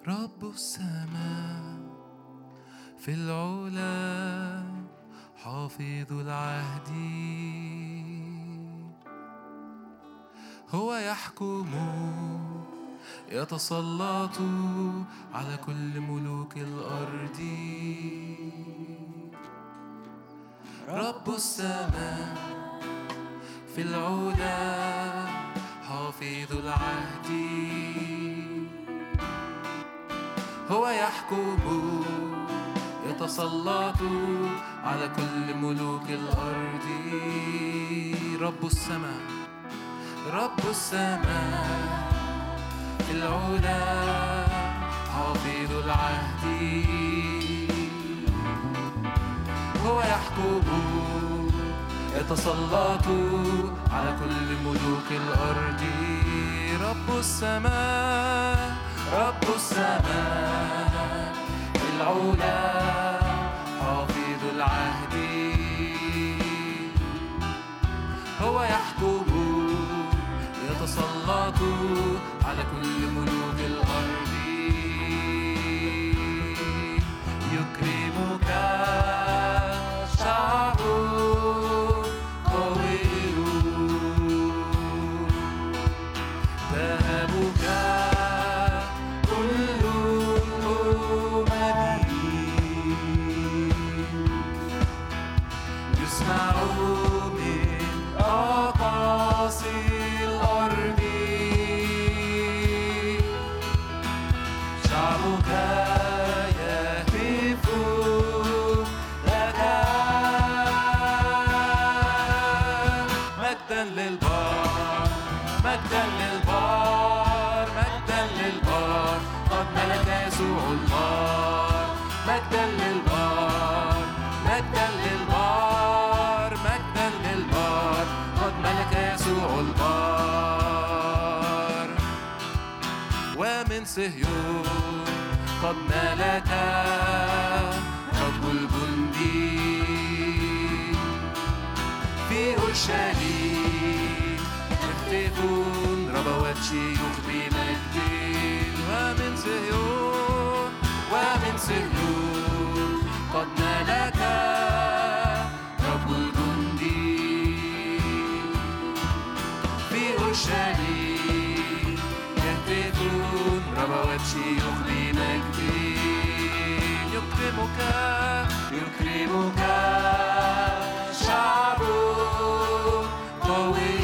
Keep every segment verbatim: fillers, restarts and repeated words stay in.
رب السماء في العلا حافظ العهد، هو يحكم يتسلط على كل ملوك الأرض. رب السماء في العلا حافظ العهد، هو يحكم يتسلط على كل ملوك الأرض. رب السماء رب السماء في العلا حافظ العهد، هو يحكم يتسلط على كل ملوك الأرض. رب السماء رب السماء في العلا حافظ العهد، هو يحكم يتسلط على كل ملوك الأرض. يكرمك شعب قوي، ذهبك كل الأمم، يسمع من أقاصي الأرض، شعبك يهتف لك. مجدا للبار مجدا للبار مجدا للبار، قد ملك يسوع البار. مجدا للبار مجدا للبار مجدا للبار، قد ملك يسوع البار. ومن صهيون قد ملك رب الجند، في أورشليم يهتفون ربوات شيوخ بمجد. ومن صهيون ومن صهيون قد ملك رب الجند، في أورشليم يهتفون ربوات شيوخ بمجد. يكرمك يكرمك شعب قوي،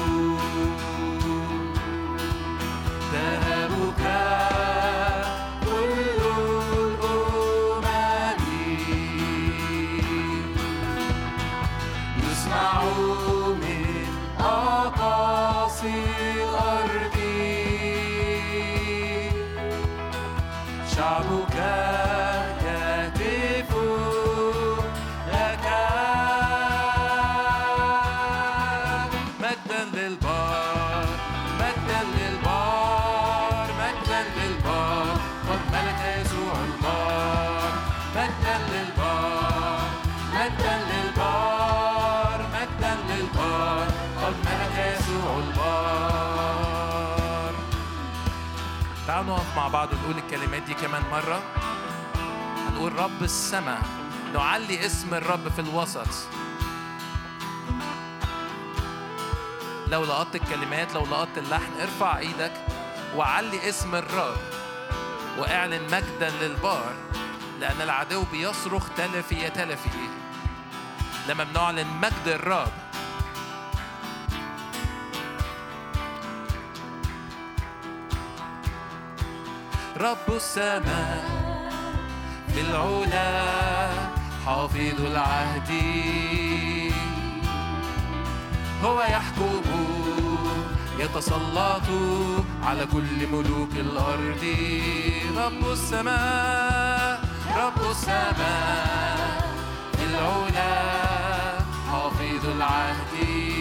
ذهبك كل الأمم، يسمع من أقاصي الأرض، شعبك يهتف لك. مجدا للبار مجدا للبار مجدا للبار، قد ملك يسوع البار. مجدا للبار مجدا للبار مجدا للبار، قد ملك يسوع البار. تعالوا نقف مع بعض ونقول الكلمات دي كمان مرة. هنقول رب السماء، نعلي اسم الرب في الوسط. لو لقطت الكلمات، لو لقطت اللحن، ارفع ايدك وعلي اسم الرب واعلن مجدا للبار، لأن العدو بيصرخ تلفي يا تلفي لما بنعلن مجد الرب. رب السماء في العلا حافظ العهد، هو يحكم يتسلط على كل ملوك الأرض. رب السماء رب السماء في العلا حافظ العهد،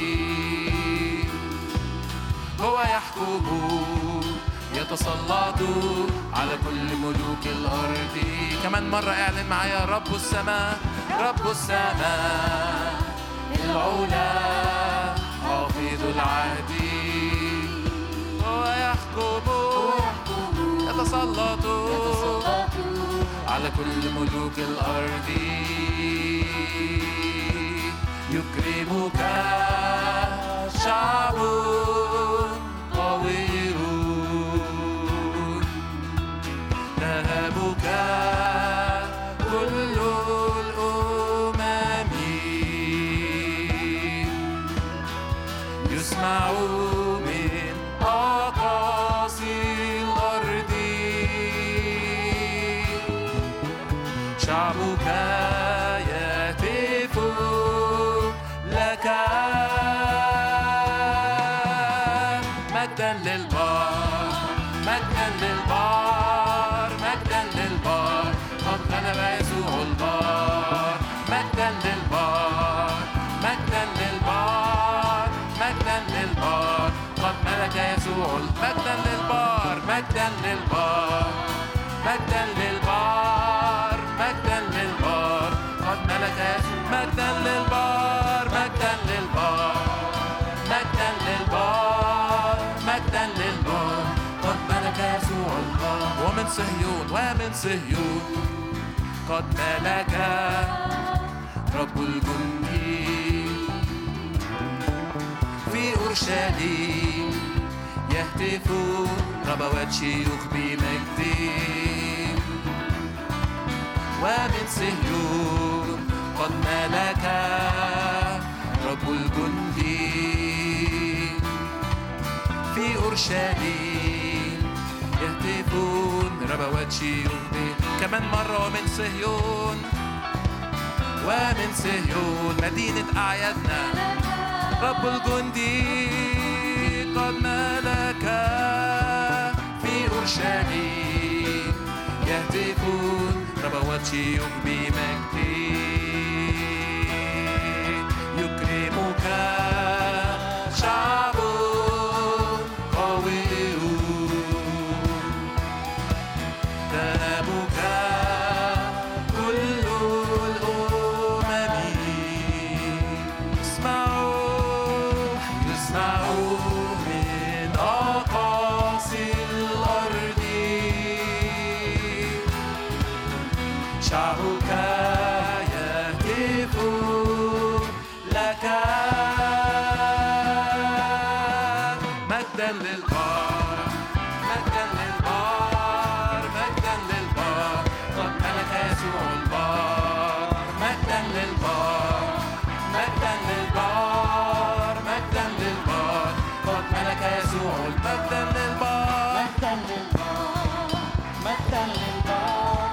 هو يحكم يتسلط على كل ملوك الأرض. كمان مرة اعلن معايا. رب السماء رب السماء في العلا حافظ العهد، هو يحكم يتسلط على كل ملوك الأرض يكرمك شعب قوي نهبك كل الأمم يسمع من أقاصي الأرض شعبك يهتف لك مجدا للبار مجدا للبار مجدا للبار قد غلب يسوع البار مجدا للبار مجدا للبار مجدا للبار قد ملك يسوع مجدا للبار مجدا للبار مجدا للبار مجدا للبار قد ملك يسوع مجدا للبار مجدا للبار مجدا للبار مجدا للبار قد ملك يسوع البار ومن صهيون ومن صهيون قد ملك رب الجند في أورشليم يهتفون ربوات شيوخ بمجد ومن صهيون قد ملك رب الجند في أورشليم يهتفون ربوات شيوخ كمان مرة ومن صهيون ومن صهيون مدينة أعيادنا رب الجند قد ملك في أورشليم يهتفون ربوات شيوخ بمجد يكرمك شعب قوي تنابك كل الأمم اسمعوا اسمعوا من أقاصي الأرض شعبك يهتف لك مجدا للبار مجدا للبار مجدا للبار قد ملك يسوع البار مجدا للبار مجدا للبار مجدا للبار قد ملك يسوع مجدا للبار مجدا للبار مجدا للبار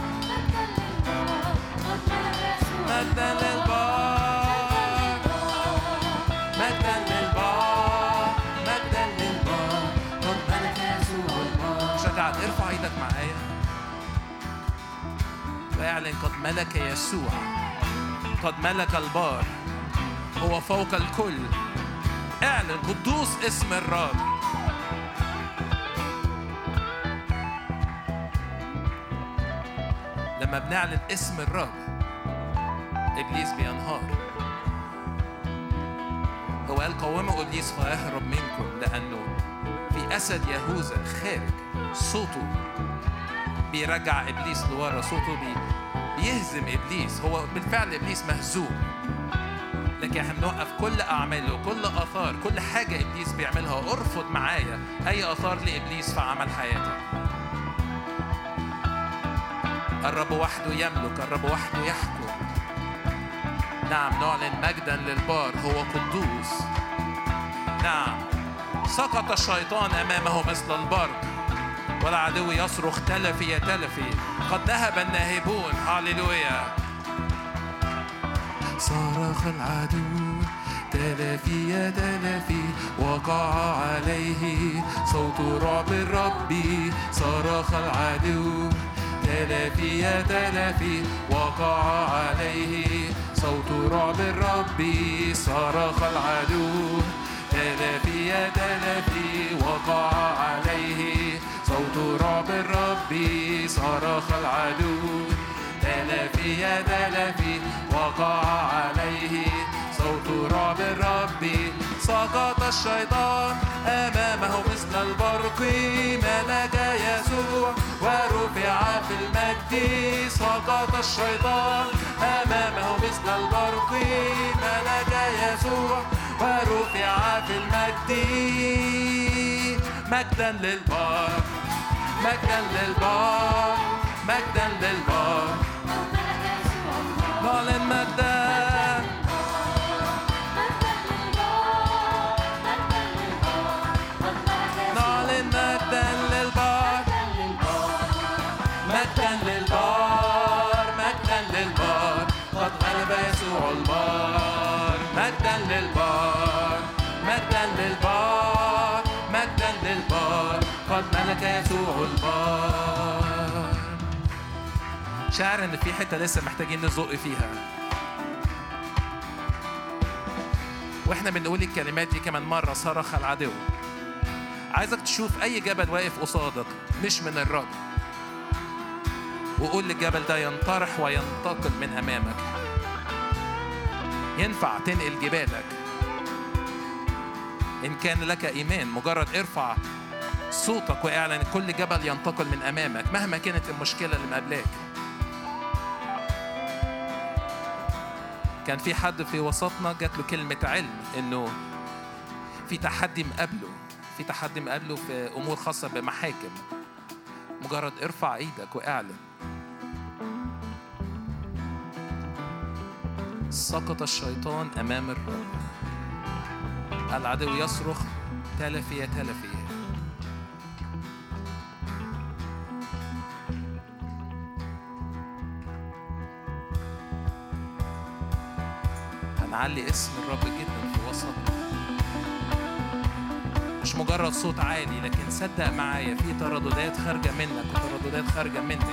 مجدا للبار مجدا للبار مجدا للبار قد ملك يسوع البار شجعك ارفع ايدك معايا واعلن قد ملك يسوع قد ملك البار هو فوق الكل اعلن قدوس اسم الرب لما بنعلن اسم الرب إبليس بينهار هو قال قوموا إبليس فيهرب منكم لأنه في أسد يهوذا خارج صوته بيرجع إبليس لورا صوته بي بيهزم إبليس هو بالفعل إبليس مهزوم لكن احنا بنوقف كل أعماله كل آثار كل حاجة إبليس بيعملها ارفض معايا أي آثار لإبليس في عمل حياتك الرب وحده يملك الرب وحده يحكم نعم نعلن مجدا للبار هو قدوس نعم سقط الشيطان أمامه مثل البرق والعدو يصرخ تلفي يا تلفي قد نهب الناهبون هاليلويا صرخ العدو تلفي يا تلفي وقع عليه صوت رعب الرب صرخ العدو تلفي يا تلفي وقع عليه صوت رعب الرب صرخ العدو تلفي يا تلفي وقع عليه صوت رعب الرب صرخ العدو تلفي يا تلفي وقع عليه صوت رعب الرب سقط الشيطان أمامه مثل البرق ملك يسوع ورفع في المجد سقط الشيطان أمامه مثل البرق ملك يسوع ورفع في المجد مجدا للبار مجدا للبار مجدا للبار نعلن مجدا نعلن مجدا للبار مجدا للبار مجدا للبار قد غلب يسوع البار مجدا للبار مجدا للبار مجدا للبار قد ملك يسوع البار. شاعر ان في حته لسه محتاجين نزق فيها واحنا بنقول الكلمات دي كمان مره. صرخ العدو. عايزك تشوف اي جبل واقف قصادك مش من الرب وقول للجبل ده ينطرح وينتقل من امامك. ينفع تنقل جبالك ان كان لك ايمان. مجرد ارفع صوتك واعلن كل جبل ينتقل من امامك مهما كانت المشكله اللي مقابلاك. كان في حد في وسطنا جات له كلمه علم انه في تحدي مقابله في تحدي مقابله في امور خاصه بمحاكم. مجرد ارفع ايدك واعلن. سقط الشيطان امام الرب. العدو يصرخ تلفي تلفي. هنعلي اسم الرب جدا في وسطنا. مش مجرد صوت عالي لكن صدق معايا في ترددات خارجة منك وترددات خارجة منك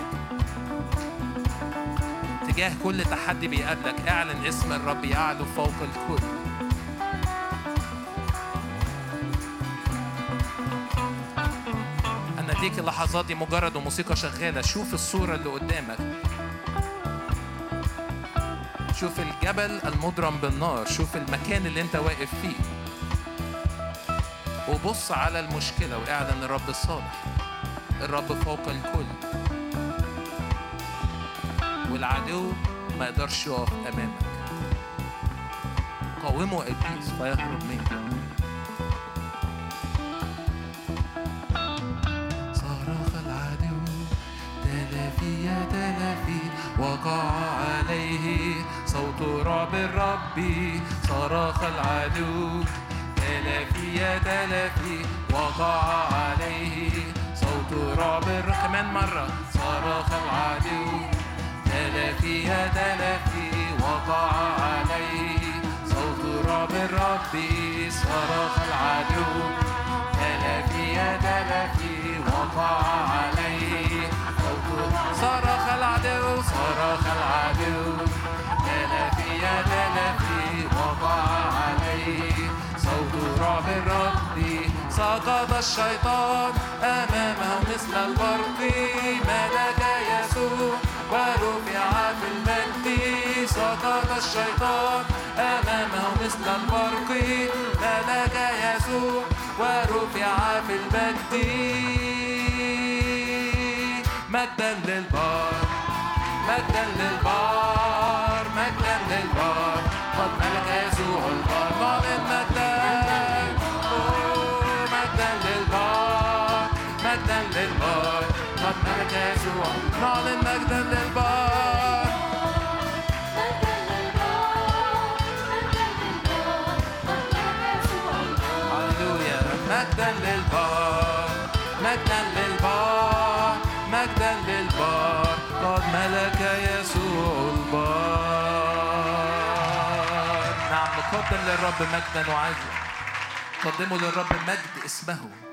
تجاه كل تحدي بيقابلك. اعلن اسم الرب يعلو فوق الكل. أنا اديك اللحظات دي مجرد وموسيقى شغالة. شوف الصورة اللي قدامك. شوف الجبل المضرم بالنار. شوف المكان اللي انت واقف فيه وبص على المشكلة واعلن الرب الصالح. الرب فوق الكل والعدو ما يقدرش يقف أمامك. قاوموا إبليس فيهرب منك. صرخ العدو تلافي يا تلافي وقع عليه صوت رعب الرب. صرخ العدو تلافي يا تلافي وقع عليه صوت رعب الرب. كمان مرة. صرخ العدو تلافي يا تلافي وقع عليه صوت رعب الرب. صرخ العدو تلافي يا تلافي وقع عليه صوت. صرخ العدو صرخ العدو تلافي يا تلافي وقع عليه صوت رعب الرب. سقط الشيطان أمامه مثل البرق ملك يسوع ورفع في المجد. سقط الشيطان أمامه مثل البرق ملك يسوع ورفع في المجد. مجدا للبار مجدا للبار مجدا للبار قد ملك يسوع البار. نعلن مجدا مجدا للبار مجدا للبار قد ملك يسوع. نعلن مجدا للبار هللويا. مجدا للبار مجدا للبار مجدا للبار قد ملك يسوع البار. نعم نقدم للرب مجدا وعزا. قدموا للرب مجد اسمه.